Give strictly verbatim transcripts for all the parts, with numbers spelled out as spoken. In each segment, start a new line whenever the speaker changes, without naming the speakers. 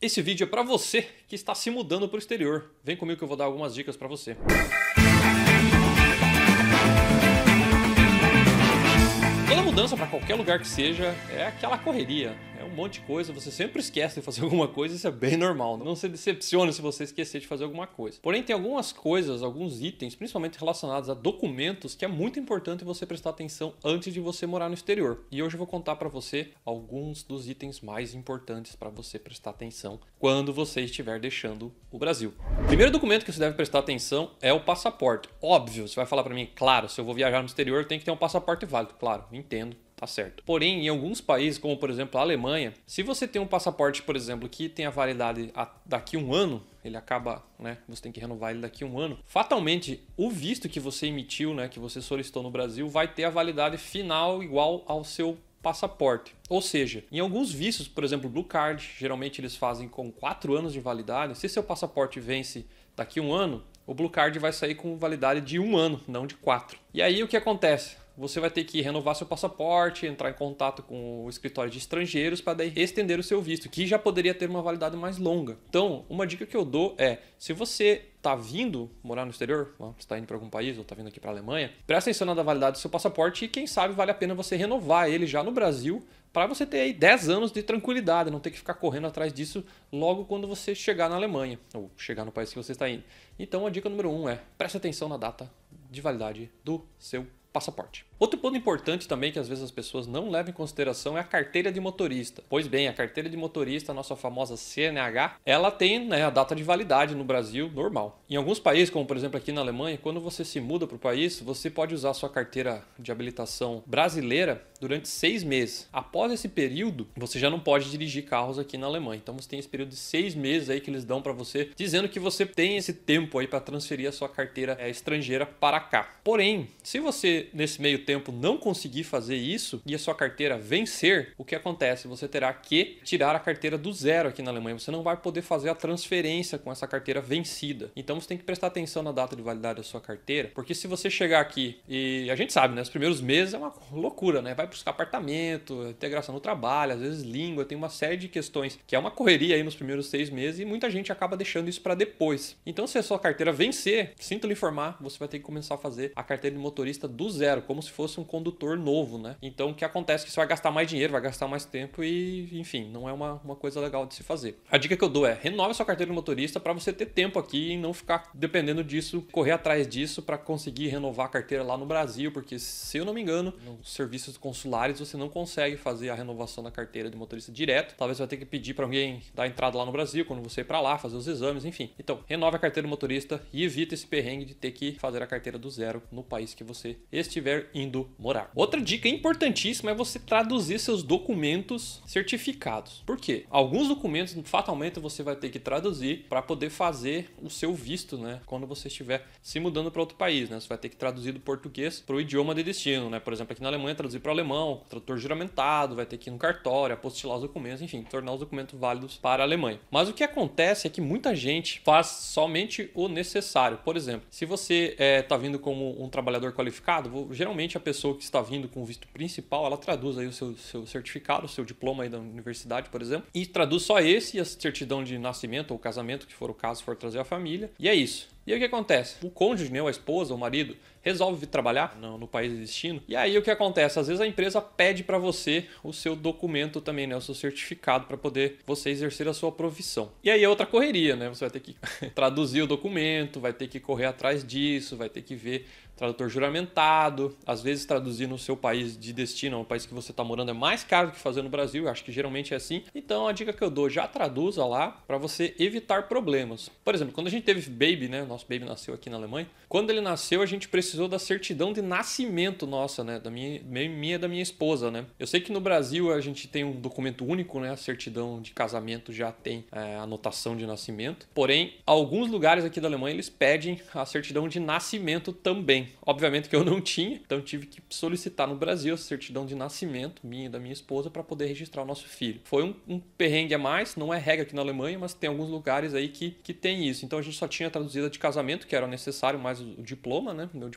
Esse vídeo é para você que está se mudando para o exterior. Vem comigo que eu vou dar algumas dicas para você. Toda mudança para qualquer lugar que seja é aquela correria, é um monte de coisa, você sempre esquece de fazer alguma coisa, isso é bem normal. Não se decepcione se você esquecer de fazer alguma coisa. Porém, tem algumas coisas, alguns itens, principalmente relacionados a documentos, que é muito importante você prestar atenção antes de você morar no exterior. E hoje eu vou contar para você alguns dos itens mais importantes para você prestar atenção quando você estiver deixando o Brasil. O primeiro documento que você deve prestar atenção é o passaporte. Óbvio, você vai falar para mim, claro, se eu vou viajar no exterior, tem que ter um passaporte válido. Claro, entendo. Tá certo. Porém, em alguns países, como por exemplo a Alemanha, se você tem um passaporte, por exemplo, que tem a validade daqui a um ano, ele acaba, né? Você tem que renovar ele daqui a um ano. Fatalmente, o visto que você emitiu, né? Que você solicitou no Brasil, vai ter a validade final igual ao seu passaporte. Ou seja, em alguns vistos, por exemplo, Blue Card, geralmente eles fazem com quatro anos de validade. Se seu passaporte vence daqui a um ano, o Blue Card vai sair com validade de um ano, não de quatro. E aí o que acontece? Você vai ter que renovar seu passaporte, entrar em contato com o escritório de estrangeiros para daí estender o seu visto, que já poderia ter uma validade mais longa. Então, uma dica que eu dou é, se você está vindo morar no exterior, você está indo para algum país ou está vindo aqui para a Alemanha, presta atenção na validade do seu passaporte e quem sabe vale a pena você renovar ele já no Brasil para você ter aí dez anos de tranquilidade, não ter que ficar correndo atrás disso logo quando você chegar na Alemanha ou chegar no país que você está indo. Então, a dica número um é, preste atenção na data de validade do seu passaporte. Outro ponto importante também que às vezes as pessoas não levam em consideração é a carteira de motorista. Pois bem, a carteira de motorista, a nossa famosa C N H, ela tem, né, a data de validade no Brasil normal. Em alguns países, como por exemplo aqui na Alemanha, quando você se muda para o país, você pode usar a sua carteira de habilitação brasileira durante seis meses. Após esse período, você já não pode dirigir carros aqui na Alemanha. Então você tem esse período de seis meses aí que eles dão para você, dizendo que você tem esse tempo aí para transferir a sua carteira é, estrangeira para cá. Porém, se você nesse meio tempo não conseguir fazer isso e a sua carteira vencer, o que acontece? Você terá que tirar a carteira do zero aqui na Alemanha. Você não vai poder fazer a transferência com essa carteira vencida. Então você tem que prestar atenção na data de validade da sua carteira, porque se você chegar aqui e a gente sabe, né, os primeiros meses é uma loucura, né? Vai buscar apartamento, integração no trabalho, às vezes língua, tem uma série de questões que é uma correria aí nos primeiros seis meses e muita gente acaba deixando isso para depois. Então se a sua carteira vencer, sinto lhe informar, você vai ter que começar a fazer a carteira de motorista do zero, como se fosse um condutor novo, né? Então o que acontece é que você vai gastar mais dinheiro, vai gastar mais tempo e, enfim, não é uma, uma coisa legal de se fazer. A dica que eu dou é, renove a sua carteira de motorista para você ter tempo aqui e não ficar dependendo disso, correr atrás disso para conseguir renovar a carteira lá no Brasil, porque se eu não me engano, nos serviços consulares você não consegue fazer a renovação da carteira de motorista direto. Talvez você vai ter que pedir para alguém dar entrada lá no Brasil quando você ir para lá, fazer os exames, enfim. Então, renove a carteira de motorista e evita esse perrengue de ter que fazer a carteira do zero no país que você estiver indo morar. Outra dica importantíssima é você traduzir seus documentos certificados. Por quê? Alguns documentos, fatalmente, você vai ter que traduzir para poder fazer o seu visto, né? Quando você estiver se mudando para outro país, né? Você vai ter que traduzir do português para o idioma de destino, né? Por exemplo, aqui na Alemanha, traduzir para o alemão, tradutor juramentado, vai ter que ir no cartório, apostilar os documentos, enfim, tornar os documentos válidos para a Alemanha. Mas o que acontece é que muita gente faz somente o necessário. Por exemplo, se você está vindo como um trabalhador qualificado, geralmente a pessoa que está vindo com o visto principal, ela traduz aí o seu, seu certificado, o seu diploma aí da universidade, por exemplo, e traduz só esse e a certidão de nascimento ou casamento, que for o caso, for trazer a família, e é isso. E aí o que acontece? O cônjuge, né, a esposa, o marido, resolve vir trabalhar no, no país de destino. E aí o que acontece? Às vezes a empresa pede para você o seu documento também, né, o seu certificado para poder você exercer a sua profissão. E aí é outra correria, né? Você vai ter que traduzir o documento, vai ter que correr atrás disso, vai ter que ver tradutor juramentado. Às vezes traduzir no seu país de destino, no país que você está morando, é mais caro do que fazer no Brasil. Eu acho que geralmente é assim. Então a dica que eu dou, já traduza lá para você evitar problemas. Por exemplo, quando a gente teve baby, né? Nosso baby nasceu aqui na Alemanha. Quando ele nasceu, a gente precisou da certidão de nascimento nossa, né? Da minha, minha e da minha esposa, né? Eu sei que no Brasil a gente tem um documento único, né? A certidão de casamento já tem é, anotação de nascimento. Porém, alguns lugares aqui da Alemanha eles pedem a certidão de nascimento também. Obviamente que eu não tinha, então tive que solicitar no Brasil a certidão de nascimento minha e da minha esposa para poder registrar o nosso filho. Foi um, um perrengue a mais, não é regra aqui na Alemanha, mas tem alguns lugares aí que, que tem isso. Então a gente só tinha traduzido a de casamento, que era necessário, mais o, o diploma, né? Meu diploma.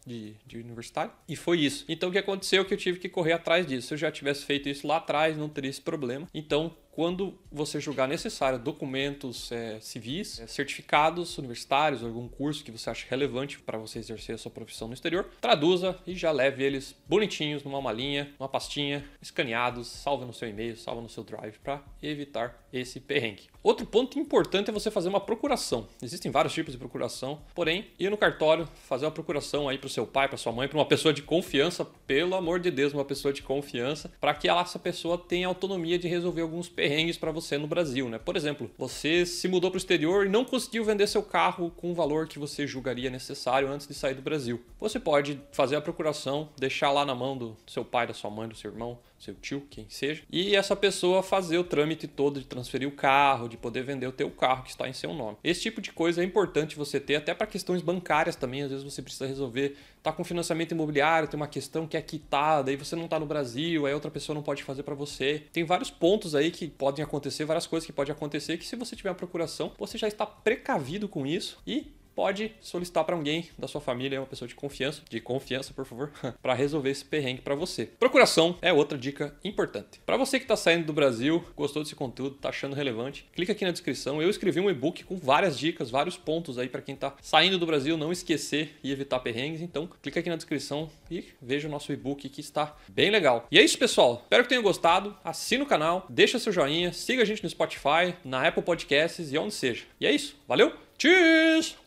de, de universitário. E foi isso. Então o que aconteceu é que eu tive que correr atrás disso. Se eu já tivesse feito isso lá atrás, não teria esse problema. Então, quando você julgar necessário documentos é, civis, é, certificados universitários, ou algum curso que você acha relevante para você exercer a sua profissão no exterior, traduza e já leve eles bonitinhos numa malinha, numa pastinha, escaneados, salva no seu e-mail, salva no seu drive para evitar esse perrengue. Outro ponto importante é você fazer uma procuração. Existem vários tipos de procuração, porém, ir no cartório, fazer uma procuração aí para o seu pai, para sua mãe, para uma pessoa de confiança, pelo amor de Deus, uma pessoa de confiança, para que ela, essa pessoa tenha autonomia de resolver alguns perrengues para você no Brasil, né? Por exemplo, você se mudou para o exterior e não conseguiu vender seu carro com o valor que você julgaria necessário antes de sair do Brasil. Você pode fazer a procuração, deixar lá na mão do seu pai, da sua mãe, do seu irmão, seu tio, quem seja, e essa pessoa fazer o trâmite todo de transferir o carro, de poder vender o teu carro que está em seu nome. Esse tipo de coisa é importante você ter, até para questões bancárias também. Às vezes você precisa resolver, tá com financiamento imobiliário, tem uma questão que é quitada, aí você não está no Brasil, aí outra pessoa não pode fazer para você. Tem vários pontos aí que podem acontecer, várias coisas que podem acontecer, que se você tiver uma procuração, você já está precavido com isso e pode solicitar para alguém da sua família, uma pessoa de confiança, de confiança, por favor, para resolver esse perrengue para você. Procuração é outra dica importante. Para você que está saindo do Brasil, gostou desse conteúdo, está achando relevante, clica aqui na descrição. Eu escrevi um e-book com várias dicas, vários pontos aí para quem está saindo do Brasil não esquecer e evitar perrengues. Então, clica aqui na descrição e veja o nosso e-book que está bem legal. E é isso, pessoal. Espero que tenham gostado. Assina o canal, deixa seu joinha, siga a gente no Spotify, na Apple Podcasts e onde seja. E é isso. Valeu. Tchau!